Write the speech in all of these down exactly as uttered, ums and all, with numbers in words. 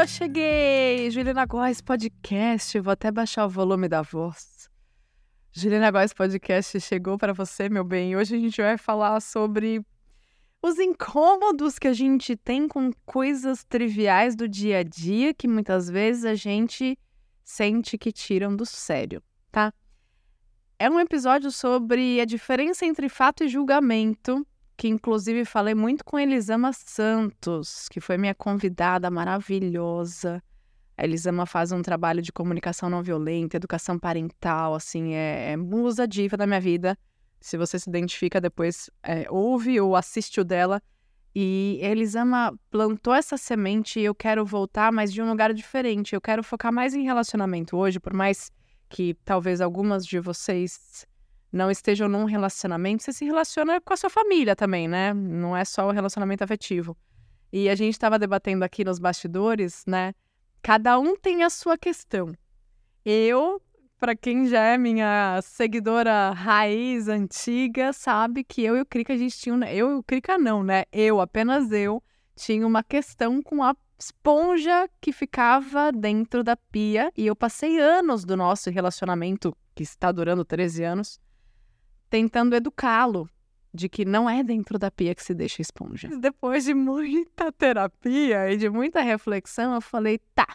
Eu cheguei! Juliana Góes Podcast. Vou até baixar o volume da voz. Juliana Góes Podcast chegou para você, meu bem. E hoje a gente vai falar sobre os incômodos que a gente tem com coisas triviais do dia a dia que muitas vezes a gente sente que tiram do sério, tá? É um episódio sobre a diferença entre fato e julgamento, que inclusive falei muito com Elisama Santos, que foi minha convidada maravilhosa. A Elisama faz um trabalho de comunicação não violenta, educação parental, assim, é, é musa diva da minha vida. Se você se identifica depois, é, ouve ou assiste o dela. E a Elisama plantou essa semente e eu quero voltar, mas de um lugar diferente. Eu quero focar mais em relacionamento hoje, por mais que talvez algumas de vocês não estejam num relacionamento, você se relaciona com a sua família também, né? Não é só o relacionamento afetivo. E a gente estava debatendo aqui nos bastidores, né? Cada um tem a sua questão. Eu, para quem já é minha seguidora raiz, antiga, sabe que eu e o Krika, a gente tinha... Um... Eu e o Krika não, né? Eu, apenas eu, tinha uma questão com a esponja que ficava dentro da pia. E eu passei anos do nosso relacionamento, que está durando treze anos, tentando educá-lo de que não é dentro da pia que se deixa esponja. Depois de muita terapia e de muita reflexão, eu falei, tá,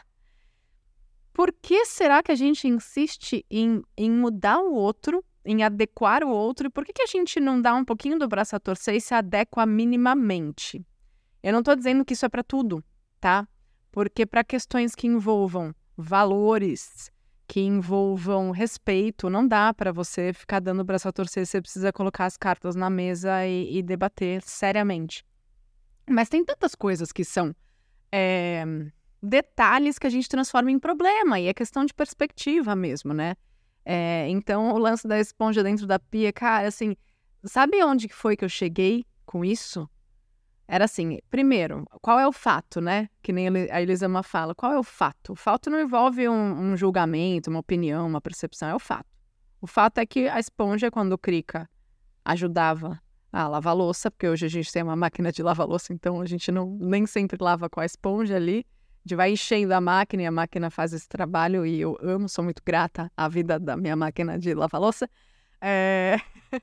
por que será que a gente insiste em, em mudar o outro, em adequar o outro, e por que, que a gente não dá um pouquinho do braço a torcer e se adequa minimamente? Eu não tô dizendo que isso é para tudo, tá? Porque para questões que envolvam valores, que envolvam respeito, não dá para você ficar dando o braço a torcer, você precisa colocar as cartas na mesa e, e debater seriamente. Mas tem tantas coisas que são é, detalhes que a gente transforma em problema, e é questão de perspectiva mesmo, né? É, então, o lance da esponja dentro da pia, cara, assim, sabe onde foi que eu cheguei com isso? Era assim, primeiro, qual é o fato, né? Que nem a Elisama fala, qual é o fato? O fato não envolve um, um julgamento, uma opinião, uma percepção, é o fato. O fato é que a esponja, quando o Krika ajudava a lavar louça, porque hoje a gente tem uma máquina de lavar louça, então a gente não, nem sempre lava com a esponja ali, de vai enchendo a máquina e a máquina faz esse trabalho, e eu amo, sou muito grata à vida da minha máquina de lavar louça. É...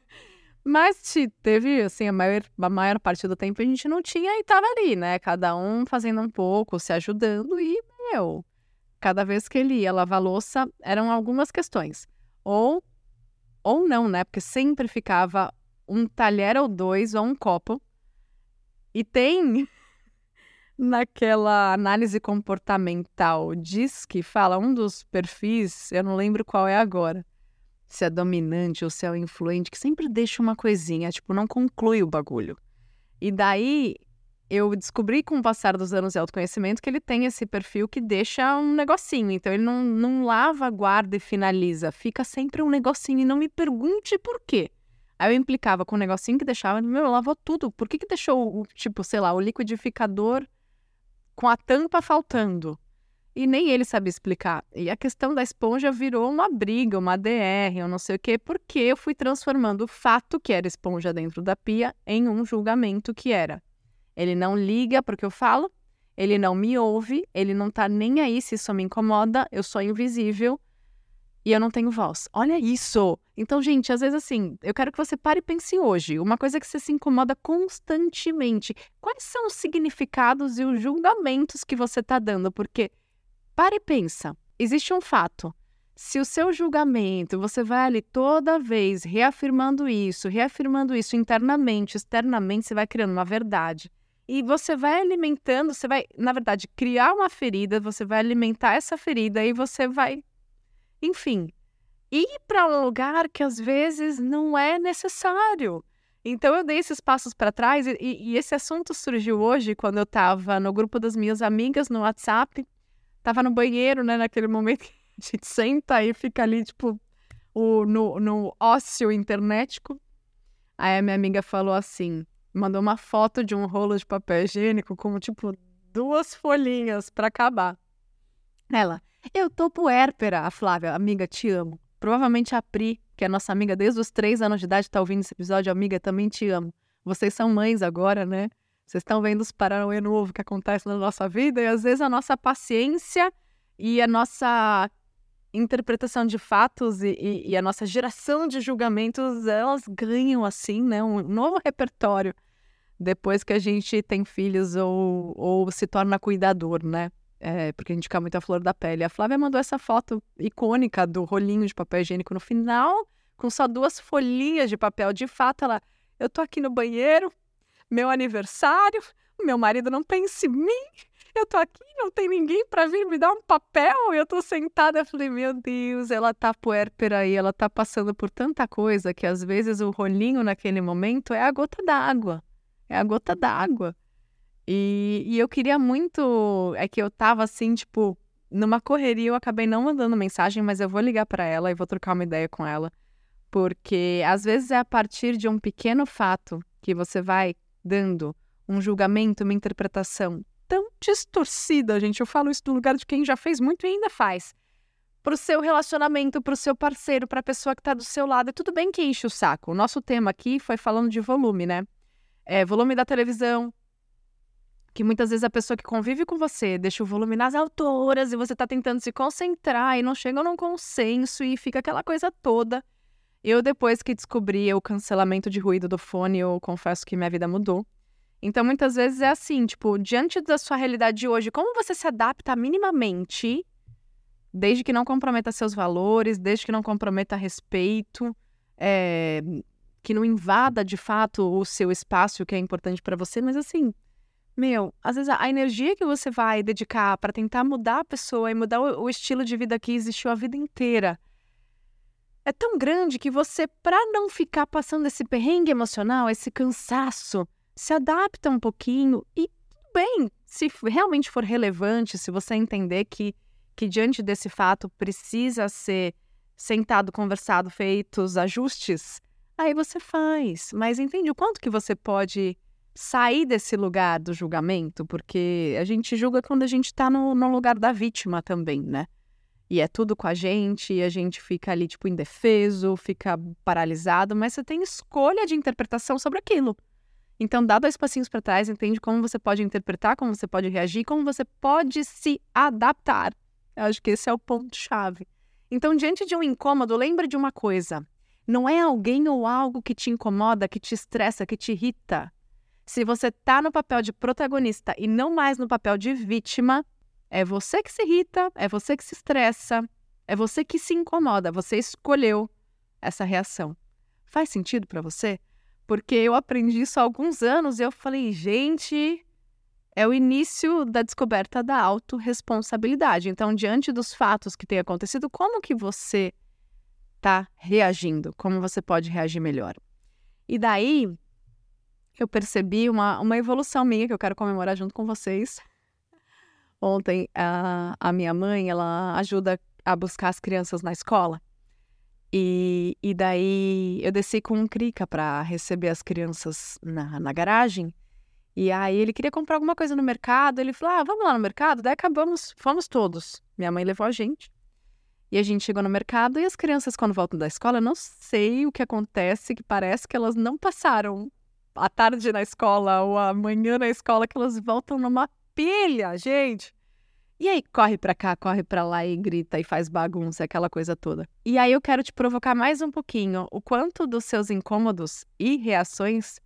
Mas teve, assim, a maior, a maior parte do tempo a gente não tinha e tava ali, né? Cada um fazendo um pouco, se ajudando e, meu, cada vez que ele ia lavar louça, eram algumas questões. Ou, ou não, né? Porque sempre ficava um talher ou dois ou um copo. E tem, naquela análise comportamental, diz que fala um dos perfis, eu não lembro qual é agora, se é dominante ou se é o influente, que sempre deixa uma coisinha, tipo, não conclui o bagulho. E daí, eu descobri com o passar dos anos de autoconhecimento que ele tem esse perfil que deixa um negocinho. Então, ele não, não lava, guarda e finaliza. Fica sempre um negocinho e não me pergunte por quê. Aí eu implicava com o negocinho que deixava, meu, lavou tudo. Por que que deixou, o, tipo, sei lá, o liquidificador com a tampa faltando? E nem ele sabe explicar. E a questão da esponja virou uma briga, uma D R, eu não sei o quê, porque eu fui transformando o fato que era esponja dentro da pia em um julgamento que era. Ele não liga porque eu falo, ele não me ouve, ele não tá nem aí se isso me incomoda, eu sou invisível e eu não tenho voz. Olha isso! Então, gente, às vezes assim, eu quero que você pare e pense hoje. Uma coisa que você se incomoda constantemente. Quais são os significados e os julgamentos que você tá dando? Porque para e pensa, existe um fato. Se o seu julgamento, você vai ali toda vez reafirmando isso, reafirmando isso internamente, externamente, você vai criando uma verdade. E você vai alimentando, você vai, na verdade, criar uma ferida, você vai alimentar essa ferida e você vai, enfim, ir para um lugar que às vezes não é necessário. Então eu dei esses passos para trás e, e esse assunto surgiu hoje quando eu estava no grupo das minhas amigas no WhatsApp. Tava no banheiro, né, naquele momento que a gente senta e fica ali, tipo, o, no, no ócio internetico. Aí a minha amiga falou assim, mandou uma foto de um rolo de papel higiênico com, tipo, duas folhinhas pra acabar. Ela, eu tô puérpera. A Flávia, amiga, te amo. Provavelmente a Pri, que é nossa amiga desde os três anos de idade, tá ouvindo esse episódio, amiga, também te amo. Vocês são mães agora, né? Vocês estão vendo os paranauê novo que acontece na nossa vida e às vezes a nossa paciência e a nossa interpretação de fatos e, e, e a nossa geração de julgamentos, elas ganham assim, né, um novo repertório depois que a gente tem filhos ou, ou se torna cuidador, né? É, porque a gente fica muito à flor da pele. A Flávia mandou essa foto icônica do rolinho de papel higiênico no final, com só duas folhinhas de papel. De fato, ela, eu tô aqui no banheiro, meu aniversário, meu marido não pensa em mim, eu tô aqui, não tem ninguém pra vir me dar um papel, eu tô sentada. Eu falei, meu Deus, ela tá puérpera aí, ela tá passando por tanta coisa que às vezes o rolinho naquele momento é a gota d'água. É a gota d'água. E, e eu queria muito... É que eu tava assim, tipo, numa correria, eu acabei não mandando mensagem, mas eu vou ligar pra ela e vou trocar uma ideia com ela. Porque às vezes é a partir de um pequeno fato que você vai dando um julgamento, uma interpretação tão distorcida, gente. Eu falo isso do lugar de quem já fez muito e ainda faz. Pro seu relacionamento, pro seu parceiro, pra pessoa que tá do seu lado. E tudo bem que enche o saco. O nosso tema aqui foi falando de volume, né? É, volume da televisão, que muitas vezes a pessoa que convive com você deixa o volume nas alturas e você tá tentando se concentrar e não chega num consenso e fica aquela coisa toda. Eu, depois que descobri o cancelamento de ruído do fone, eu confesso que minha vida mudou. Então, muitas vezes é assim, tipo, diante da sua realidade de hoje, como você se adapta minimamente, desde que não comprometa seus valores, desde que não comprometa respeito, é... que não invada, de fato, o seu espaço, que é importante pra você, mas assim, meu, às vezes a energia que você vai dedicar pra tentar mudar a pessoa e mudar o, o estilo de vida que existiu a vida inteira é tão grande que você, pra não ficar passando esse perrengue emocional, esse cansaço, se adapta um pouquinho e tudo bem, se realmente for relevante, se você entender que, que diante desse fato precisa ser sentado, conversado, feitos ajustes, aí você faz, mas entende o quanto que você pode sair desse lugar do julgamento? Porque a gente julga quando a gente tá no, no lugar da vítima também, né? E é tudo com a gente, e a gente fica ali, tipo, indefeso, fica paralisado, mas você tem escolha de interpretação sobre aquilo. Então, dá dois passinhos para trás, entende como você pode interpretar, como você pode reagir, como você pode se adaptar. Eu acho que esse é o ponto-chave. Então, diante de um incômodo, lembre de uma coisa. Não é alguém ou algo que te incomoda, que te estressa, que te irrita. Se você tá no papel de protagonista e não mais no papel de vítima, é você que se irrita, é você que se estressa, é você que se incomoda, você escolheu essa reação. Faz sentido pra você? Porque eu aprendi isso há alguns anos e eu falei, gente, é o início da descoberta da autorresponsabilidade. Então, diante dos fatos que têm acontecido, como que você tá reagindo? Como você pode reagir melhor? E daí, eu percebi uma, uma evolução minha que eu quero comemorar junto com vocês. Ontem, a, a minha mãe, ela ajuda a buscar as crianças na escola. E, e daí, eu desci com um crica para receber as crianças na, na garagem. E aí, ele queria comprar alguma coisa no mercado. Ele falou, ah, vamos lá no mercado? Daí acabamos, fomos todos. Minha mãe levou a gente. E a gente chegou no mercado e as crianças, quando voltam da escola, eu não sei o que acontece, que parece que elas não passaram a tarde na escola ou a manhã na escola, que elas voltam numa pilha, gente. E aí corre pra cá, corre pra lá e grita e faz bagunça, aquela coisa toda. E aí eu quero te provocar mais um pouquinho o quanto dos seus incômodos e reações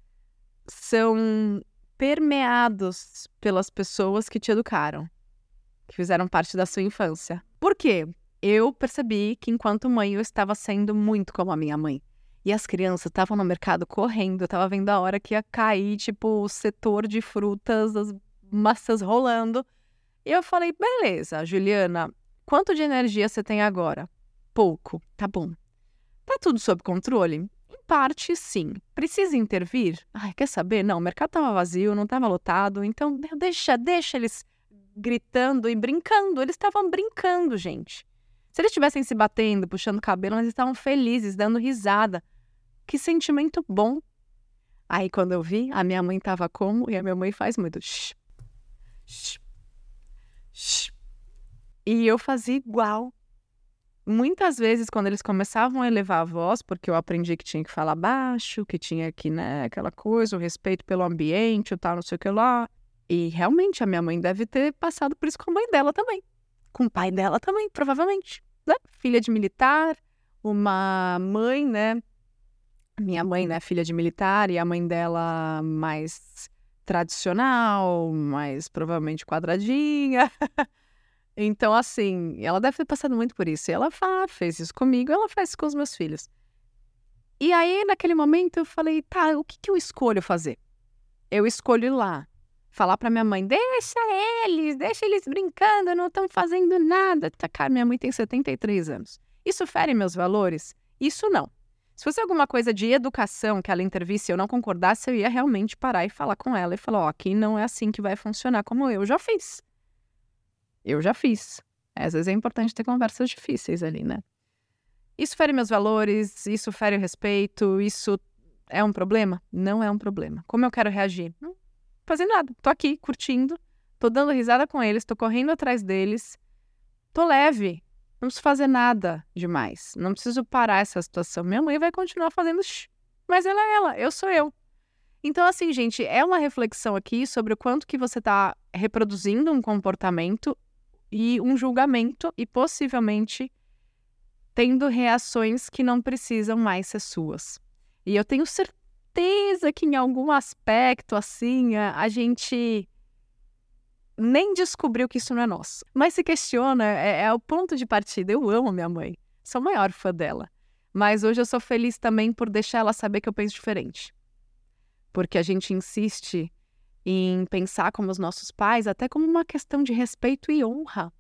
são permeados pelas pessoas que te educaram, que fizeram parte da sua infância. Por quê? Eu percebi que enquanto mãe eu estava sendo muito como a minha mãe. E as crianças estavam no mercado correndo, eu estava vendo a hora que ia cair, tipo, o setor de frutas, as maçãs rolando. E eu falei, beleza, Juliana, quanto de energia você tem agora? Pouco, tá bom. Tá tudo sob controle? Em parte, sim. Precisa intervir? Ai, quer saber? Não, o mercado tava vazio, não tava lotado, então meu, deixa, deixa eles gritando e brincando. Eles estavam brincando, gente. Se eles estivessem se batendo, puxando cabelo, eles estavam felizes, dando risada. Que sentimento bom. Aí, quando eu vi, a minha mãe tava como? E a minha mãe faz muito shh, shh, shh. E eu fazia igual. muitas vezes, quando eles começavam a elevar a voz, porque eu aprendi que tinha que falar baixo, que tinha que, né, aquela coisa, o respeito pelo ambiente, o tal, não sei o que lá. E realmente a minha mãe deve ter passado por isso com a mãe dela também. Com o pai dela também, provavelmente. Né? Filha de militar, uma mãe, né? Minha mãe, né, filha de militar, e a mãe dela mais tradicional, mais provavelmente quadradinha. Então, assim, ela deve ter passado muito por isso. E ela fa- fez isso comigo, ela faz isso com os meus filhos. E aí, naquele momento, eu falei, tá, o que, que eu escolho fazer? Eu escolho ir lá, falar pra minha mãe, deixa eles, deixa eles brincando, não estão fazendo nada. Tá, cara, minha mãe tem setenta e três anos. Isso fere meus valores? Isso não. Se fosse alguma coisa de educação que ela intervisse e eu não concordasse, eu ia realmente parar e falar com ela e falar, ó, aqui não é assim que vai funcionar, como eu já fiz. Eu já fiz. Às vezes é importante ter conversas difíceis ali, né? Isso fere meus valores, isso fere o respeito, isso é um problema? Não é um problema. Como eu quero reagir? Não fazendo nada. Tô aqui, curtindo, tô dando risada com eles, tô correndo atrás deles, tô leve. Não preciso fazer nada demais. Não preciso parar essa situação. Minha mãe vai continuar fazendo shh, mas ela é ela, eu sou eu. Então, assim, gente, é uma reflexão aqui sobre o quanto que você tá reproduzindo um comportamento e um julgamento e possivelmente tendo reações que não precisam mais ser suas. E eu tenho certeza que em algum aspecto, assim, a, a gente nem descobriu que isso não é nosso. Mas se questiona, é, é o ponto de partida. Eu amo minha mãe, sou a maior fã dela. Mas hoje eu sou feliz também por deixar ela saber que eu penso diferente. Porque a gente insiste em pensar como os nossos pais, até como uma questão de respeito e honra.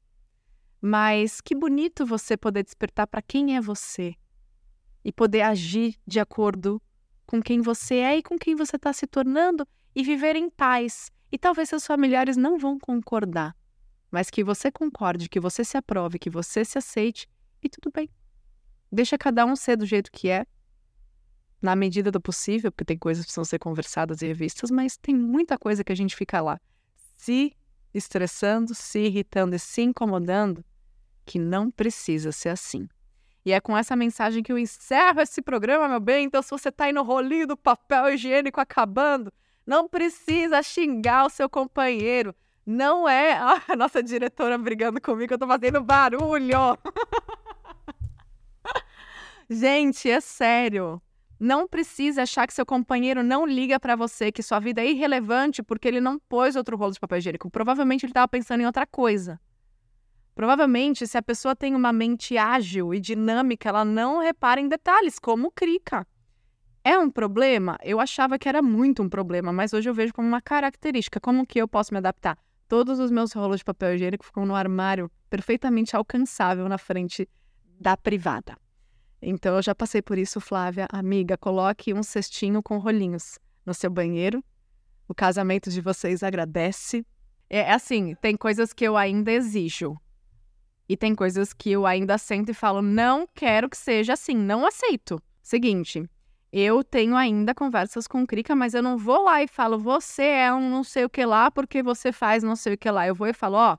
Mas que bonito você poder despertar para quem é você e poder agir de acordo com quem você é e com quem você está se tornando e viver em paz. E talvez seus familiares não vão concordar, mas que você concorde, que você se aprove, que você se aceite e tudo bem. Deixa cada um ser do jeito que é, na medida do possível, porque tem coisas que precisam ser conversadas e revistas, mas tem muita coisa que a gente fica lá se estressando, se irritando e se incomodando, que não precisa ser assim. E é com essa mensagem que eu encerro esse programa, meu bem. Então, se você tá aí no rolinho do papel higiênico acabando, não precisa xingar o seu companheiro. Não é... Ah, a nossa diretora brigando comigo, eu tô fazendo barulho. Gente, é sério. Não precisa achar que seu companheiro não liga pra você, que sua vida é irrelevante porque ele não pôs outro rolo de papel higiênico. Provavelmente ele tava pensando em outra coisa. Provavelmente, se a pessoa tem uma mente ágil e dinâmica, ela não repara em detalhes, como crica. É um problema? Eu achava que era muito um problema, mas hoje eu vejo como uma característica. Como que eu posso me adaptar? Todos os meus rolos de papel higiênico ficam no armário, perfeitamente alcançável na frente da privada. Então, eu já passei por isso, Flávia. Amiga, coloque um cestinho com rolinhos no seu banheiro. O casamento de vocês agradece. É assim, tem coisas que eu ainda exijo. E tem coisas que eu ainda sento e falo, não quero que seja assim, não aceito. Seguinte, eu tenho ainda conversas com Crica, mas eu não vou lá e falo, você é um não sei o que lá porque você faz não sei o que lá. Eu vou e falo, ó,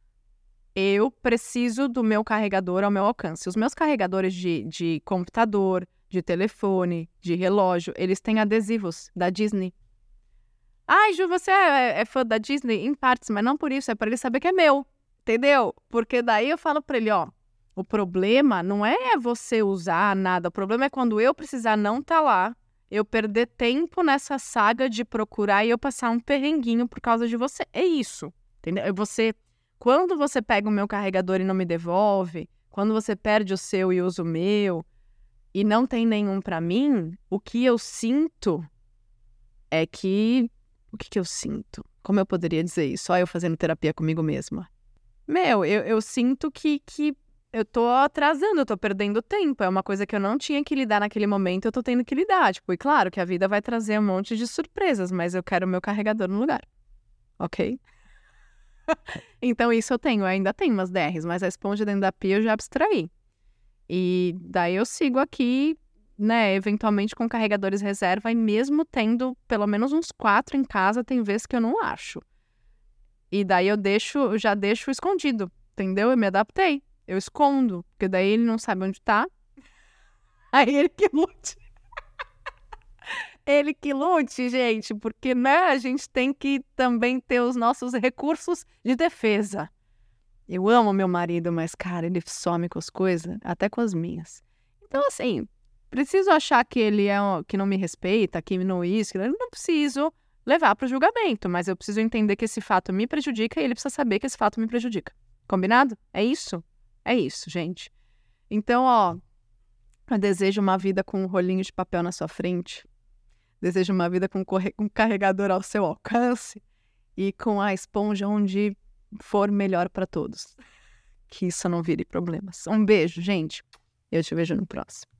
eu preciso do meu carregador ao meu alcance. Os meus carregadores de, de computador, de telefone, de relógio, eles têm adesivos da Disney. Ai, Ju, você é, é fã da Disney? Em partes, mas não por isso, é para ele saber que é meu. Entendeu? Porque daí eu falo pra ele, ó, o problema não é você usar nada, o problema é quando eu precisar não tá lá, eu perder tempo nessa saga de procurar e eu passar um perrenguinho por causa de você. É isso, entendeu? Você, quando você pega o meu carregador e não me devolve, quando você perde o seu e usa o meu, e não tem nenhum pra mim, o que eu sinto é que... O que que eu sinto? Como eu poderia dizer isso? Só eu fazendo terapia comigo mesma. Meu, eu, eu sinto que, que eu tô atrasando, eu tô perdendo tempo. É uma coisa que eu não tinha que lidar naquele momento, eu tô tendo que lidar. Tipo, e claro que a vida vai trazer um monte de surpresas, mas eu quero o meu carregador no lugar. Ok? Então isso eu tenho, eu ainda tenho umas D Rs, mas a esponja dentro da pia eu já abstraí. E daí eu sigo aqui, né, eventualmente com carregadores reserva, e mesmo tendo pelo menos uns quatro em casa, tem vezes que eu não acho. E daí eu deixo, eu já deixo escondido, entendeu? Eu me adaptei. Eu escondo, porque daí ele não sabe onde tá. Aí ele que lute. Ele que lute, gente, porque, né, a gente tem que também ter os nossos recursos de defesa. Eu amo meu marido, mas, cara, ele some com as coisas, até com as minhas. Então, assim, preciso achar que ele é um- que não me respeita, que não isso, que não preciso levar para o julgamento, mas eu preciso entender que esse fato me prejudica e ele precisa saber que esse fato me prejudica. Combinado? É isso? É isso, gente. Então, ó, eu desejo uma vida com um rolinho de papel na sua frente. Desejo uma vida com um corre- um carregador ao seu alcance e com a esponja onde for melhor para todos. Que isso não vire problemas. Um beijo, gente. Eu te vejo no próximo.